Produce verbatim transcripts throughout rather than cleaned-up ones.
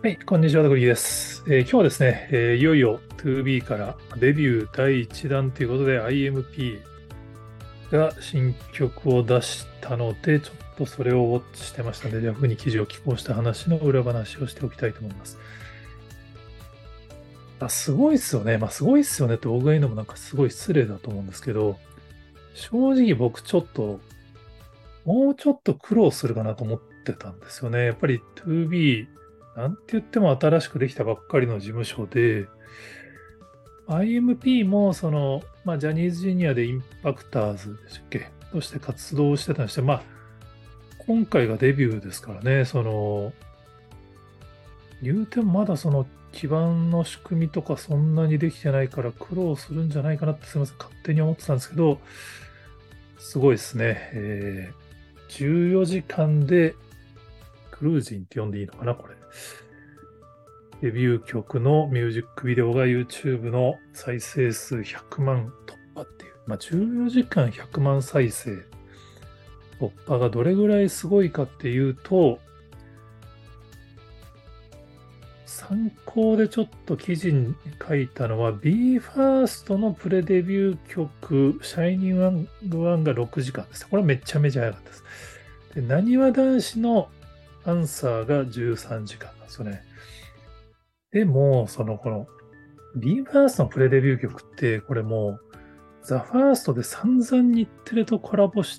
はい、こんにちは、徳木です。えー今日はですね、えーいよいよ ツービー からデビューだいいちだんということで アイエムピー が新曲を出したので、ちょっとそれをウォッチしてましたので、Yahoo に記事を寄稿した話の裏話をしておきたいと思います。あ、すごいっすよね。まあ、すごいっすよねって僕が言うのもなんかすごい失礼だと思うんですけど、正直僕ちょっと、もうちょっと苦労するかなと思ってたんですよね。やっぱり ツービー、なんて言っても新しくできたばっかりの事務所で、アイエムピー も、その、まあ、ジャニーズジュニアでインパクターズでしたっけとして活動してたんですけど、まあ、今回がデビューですからね、その、言うてもまだその基盤の仕組みとかそんなにできてないから苦労するんじゃないかなってすみません、勝手に思ってたんですけど、すごいですね。えーじゅうよじかんでクルージンって呼んでいいのかな、これ。デビュー曲のミュージックビデオが YouTube の再生数ひゃくまん突破っていう、まあ、じゅうよじかんひゃくまん再生突破がどれぐらいすごいかっていうと、参考でちょっと記事に書いたのは、ビーファースト のプレデビュー曲、シャイニングワンワンがろくじかんです。これはめちゃめちゃ早かったです。で、なにわ男子のアンサーがじゅうさんじかんなんですよね。でも、その、この、ビーファースト のプレデビュー曲って、これもう、ザ・ファーストで散々日テレとコラボして、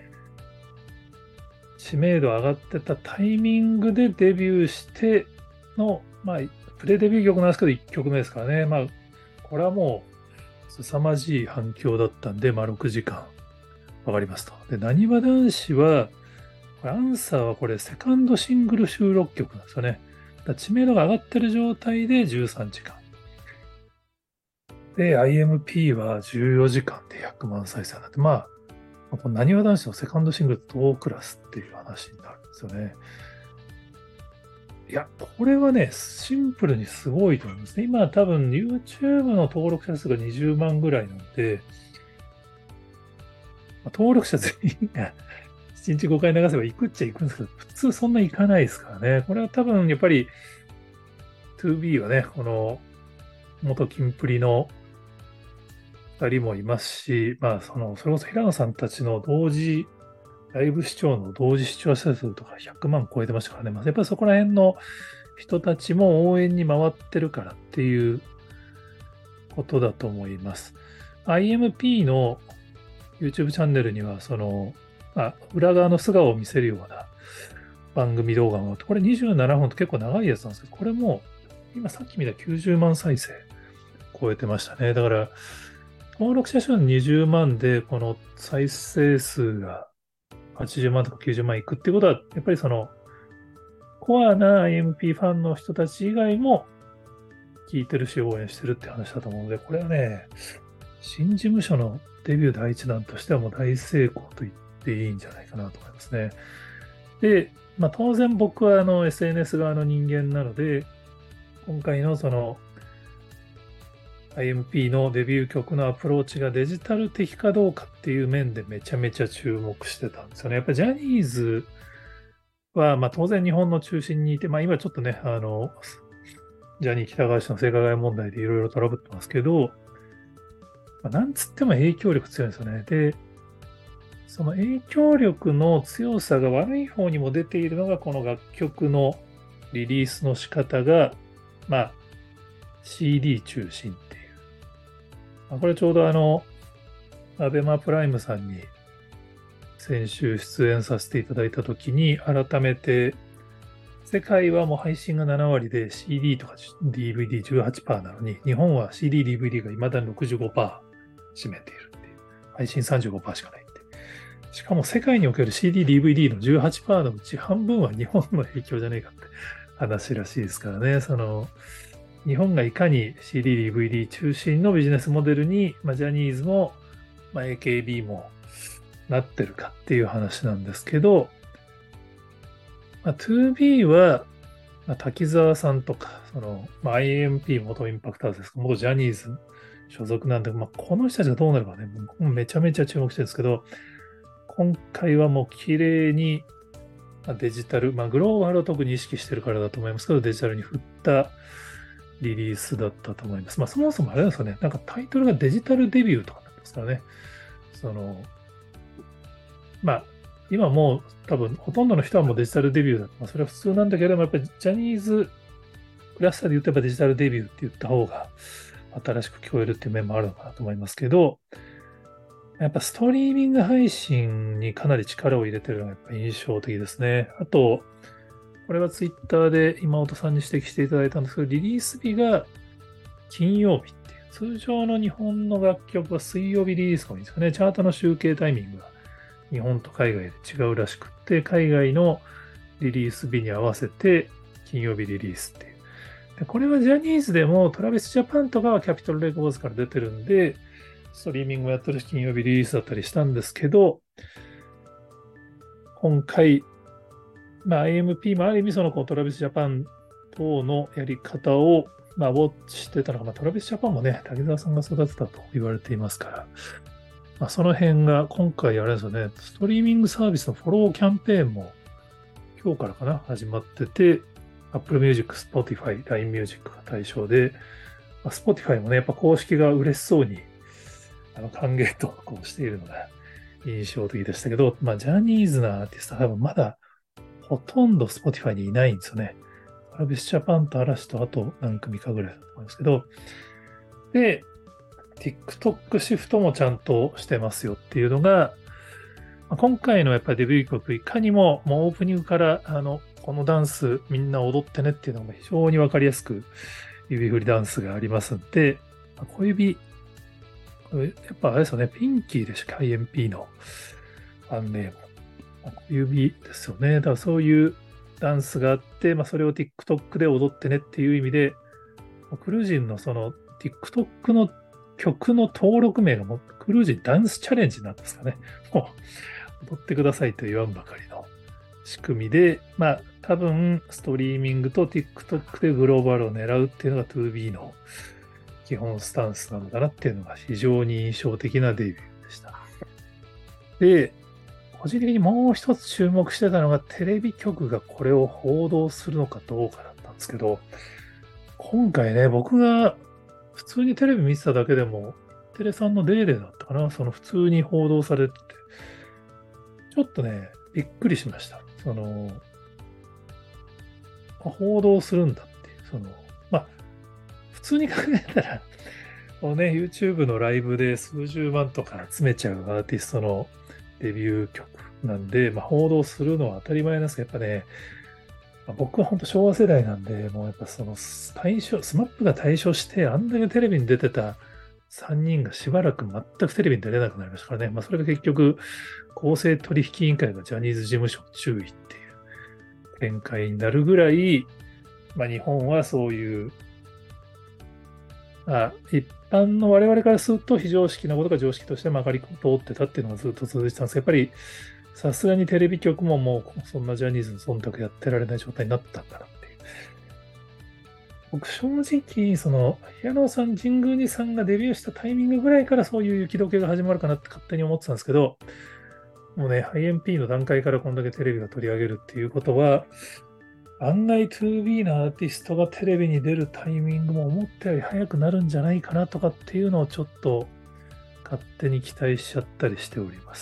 知名度上がってたタイミングでデビューしての、まあ、プレデビュー曲なんですけど、いっきょくめですからね。まあ、これはもう、凄まじい反響だったんで、まあ、ろくじかんわかりますと。で、なにわ男子は、これアンサーはこれ、セカンドシングル収録曲なんですよね。だから知名度が上がってる状態でじゅうさんじかん。で、アイエムピー はじゅうよじかんでひゃくまん再生になって、まあ、このなにわ男子のセカンドシングルと同クラスっていう話になるんですよね。いや、これはね、シンプルにすごいと思いますね。今多分 YouTube の登録者数がにじゅうまんぐらいなので、まあ登録者全員がいちにちごかい流せば行くっちゃ行くんですけど、普通そんな行かないですからね。これは多分やっぱり ツービー はね、この元キンプリのふたりもいますし、まあその、それこそ平野さんたちの同時、ライブ視聴の同時視聴者数とかひゃくまん超えてましたからね。まあ、やっぱりそこら辺の人たちも応援に回ってるからっていうことだと思います。アイエムピー の YouTube チャンネルには、その、まあ、裏側の素顔を見せるような番組動画もあって、これにじゅうななふんと結構長いやつなんですけど、これも今さっき見たきゅうじゅうまん再生超えてましたね。だから、登録者数にじゅうまんで、この再生数がはちじゅうまんとかきゅうじゅうまんいくっていうことは、やっぱりその、コアな アイエムピー ファンの人たち以外も聞いてるし応援してるって話だと思うので、これはね、新事務所のデビュー第一弾としてはもう大成功と言っていいんじゃないかなと思いますね。で、まあ、当然僕はあの エスエヌエス 側の人間なので、今回のその アイエムピー のデビュー曲のアプローチがデジタル的かどうかっていう面でめちゃめちゃ注目してたんですよね。やっぱりジャニーズは、まあ、当然日本の中心にいて、まあ、今ちょっとね、あの、ジャニー喜多川氏の性加害問題でいろいろトラブってますけど、まあ、なんつっても影響力強いんですよね。で、その影響力の強さが悪い方にも出ているのが、この楽曲のリリースの仕方が、まあ、シーディー 中心っていう。まあ、これちょうどあの、アベマプライムさんに先週出演させていただいたときに、改めて、世界はもう配信がなな割で シーディー とか ディーブイディーじゅうはちパーセント なのに、日本は シーディー、ディーブイディー が未だにろくじゅうごパーセント占めているっていう。配信さんじゅうごパーセントしかないって。しかも世界における シーディー、ディーブイディー のじゅうはちパーセントのうち半分は日本の影響じゃねえかって話らしいですからね。その、日本がいかに シーディー、ディーブイディー 中心のビジネスモデルに、まあ、ジャニーズも、まあ、エーケービー もなってるかっていう話なんですけど、まあ、ツービー は、まあ、滝沢さんとか、その、まあ、アイエムピー 元インパクターズですけど、元ジャニーズ所属なんで、まあ、この人たちがどうなるかね、もうめちゃめちゃ注目してるんですけど、今回はもう綺麗にデジタル、まあ、グローバルを特に意識してるからだと思いますけど、デジタルに振ったリリースだったと思います。まあ、そもそもあれなんですよね、なんかタイトルがデジタルデビューとかなんですからね。その、まあ、今もう多分ほとんどの人はもうデジタルデビューだと、まあ、それは普通なんだけれども、やっぱりジャニーズクラスターで言うとやっぱデジタルデビューって言った方が新しく聞こえるっていう面もあるのかなと思いますけど、やっぱストリーミング配信にかなり力を入れてるのがやっぱ印象的ですね。あと、これはツイッターで今本さんに指摘していただいたんですけど、リリース日が金曜日っていう、通常の日本の楽曲は水曜日リリースが多いんですよね。チャートの集計タイミングが日本と海外で違うらしくって、海外のリリース日に合わせて金曜日リリースっていう。でこれはジャニーズでもトラビスジャパンとかはキャピトルレコーズから出てるんで、ストリーミングもやってるし金曜日リリースだったりしたんですけど、今回、まあ、アイエムピー もある意味そのこうトラビスジャパン等のやり方を、まあ、ウォッチしてたのが、まあ、トラビスジャパンもね、滝沢さんが育てたと言われていますから、まあ、その辺が今回あれですよね、ストリーミングサービスのフォローキャンペーンも今日からかな、始まってて、Apple Music、Spotify、ライン Music が対象で、まあ、Spotify もね、やっぱ公式が嬉しそうにあの歓迎投稿しているのが印象的でしたけど、まあ、ジャニーズのアーティストは多分まだほとんど Spotify にいないんですよね。トラビスジャパンと嵐とあと何組かぐらいだと思うんですけど、で、TikTok シフトもちゃんとしてますよっていうのが、今回のやっぱりデビュー曲、いかにももうオープニングからあのこのダンスみんな踊ってねっていうのが非常にわかりやすく指振りダンスがありますんで、小指、これやっぱあれですよね、ピンキーでしか アイエムピー のファンネーム。小指ですよね。だからそういうダンスがあって、まあ、それを TikTok で踊ってねっていう意味で、クルージンのその TikTok の曲の登録名がもうクルージンダンスチャレンジなんですかね。もう踊ってくださいと言わんばかりの仕組みで、まあ多分ストリーミングと TikTok でグローバルを狙うっていうのが ツービー の基本スタンスなのかなっていうのが非常に印象的なデビューでした。で、個人的にもう一つ注目してたのがテレビ局がこれを報道するのかどうかだったんですけど、今回ね、僕が普通にテレビ見てただけでも、テレさんのデーデーだったかな、その普通に報道されてて、ちょっとね、びっくりしました。その、報道するんだっていう、その、まあ、普通に考えたら、このね、YouTube のライブで数十万とか集めちゃうアーティストのデビュー曲なんで、まあ、報道するのは当たり前なんですけど、やっぱね、まあ僕は本当昭和世代なんで、もうやっぱその対象、スマップが対象して、あんだけテレビに出てたさんにんがしばらく全くテレビに出れなくなりましたからね。まあ、それが結局、公正取引委員会がジャニーズ事務所注意っていう展開になるぐらい、まあ、日本はそういう、まあ、一般の我々からすると非常識なことが常識としてまかり通ってたっていうのがずっと続いてたんですけど、やっぱりさすがにテレビ局ももうそんなジャニーズの忖度やってられない状態になったんだなっていう。僕正直、その、平野さん、神宮寺さんがデビューしたタイミングぐらいからそういう雪解けが始まるかなって勝手に思ってたんですけど、もうね、アイエムピー の段階からこんだけテレビが取り上げるっていうことは、案外 ツービー のアーティストがテレビに出るタイミングも思ったより早くなるんじゃないかなとかっていうのをちょっと勝手に期待しちゃったりしております。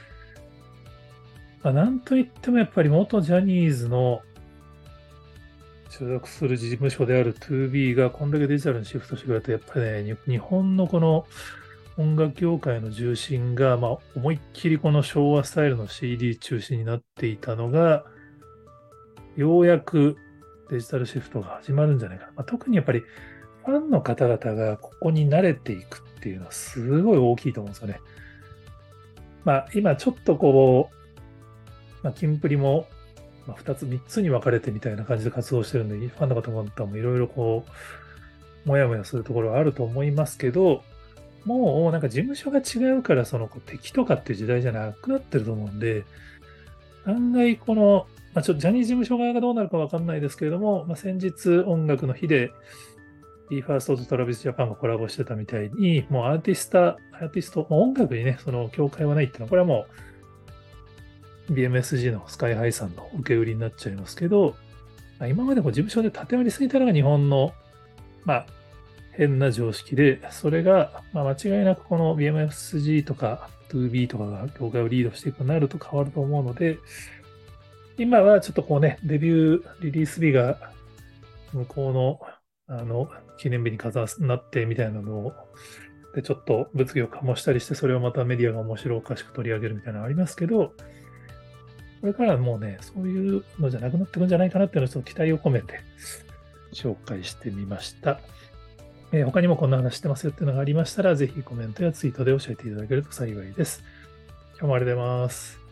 まあ、なんといってもやっぱり元ジャニーズの所属する事務所である ツービー がこんだけデジタルにシフトしてくれると、やっぱりね、日本のこの音楽業界の重心が、まあ、思いっきりこの昭和スタイルの シーディー 中心になっていたのが、ようやくデジタルシフトが始まるんじゃないかな。まあ、特にやっぱりファンの方々がここに慣れていくっていうのはすごい大きいと思うんですよね。まあ今ちょっとこう、まあ、キンプリもふたつ、みっつに分かれてみたいな感じで活動してるんで、ファンの方々もいろいろこう、もやもやするところはあると思いますけど、もうなんか事務所が違うからその敵とかっていう時代じゃなくなってると思うんで、案外この、まあ、ちょっとジャニーズ事務所側がどうなるかわかんないですけれども、まあ、先日音楽の日で ビーファースト と トラビスジャパンがコラボしてたみたいに、もうアーティスト、アーティスト、音楽にね、その境界はないっていうのは、これはもビーエムエスジー のスカイハイさんの受け売りになっちゃいますけど、今までこう事務所で縦割りすぎたのが日本の、まあ、変な常識で、それが、まあ、間違いなくこの ビーエムエスジー とか ツービー とかが業界をリードしていくようになると変わると思うので、今はちょっとこうね、デビューリリース日が向こうのあの記念日にかざすなってみたいなのを、でちょっと物議を醸したりして、それをまたメディアが面白おかしく取り上げるみたいなのありますけど、これからはもうね、そういうのじゃなくなっていくんじゃないかなっていうのをちょっと期待を込めて紹介してみました。えー他にもこんな話してますよっていうのがありましたら、ぜひコメントやツイートで教えていただけると幸いです。今日もありがとうございます。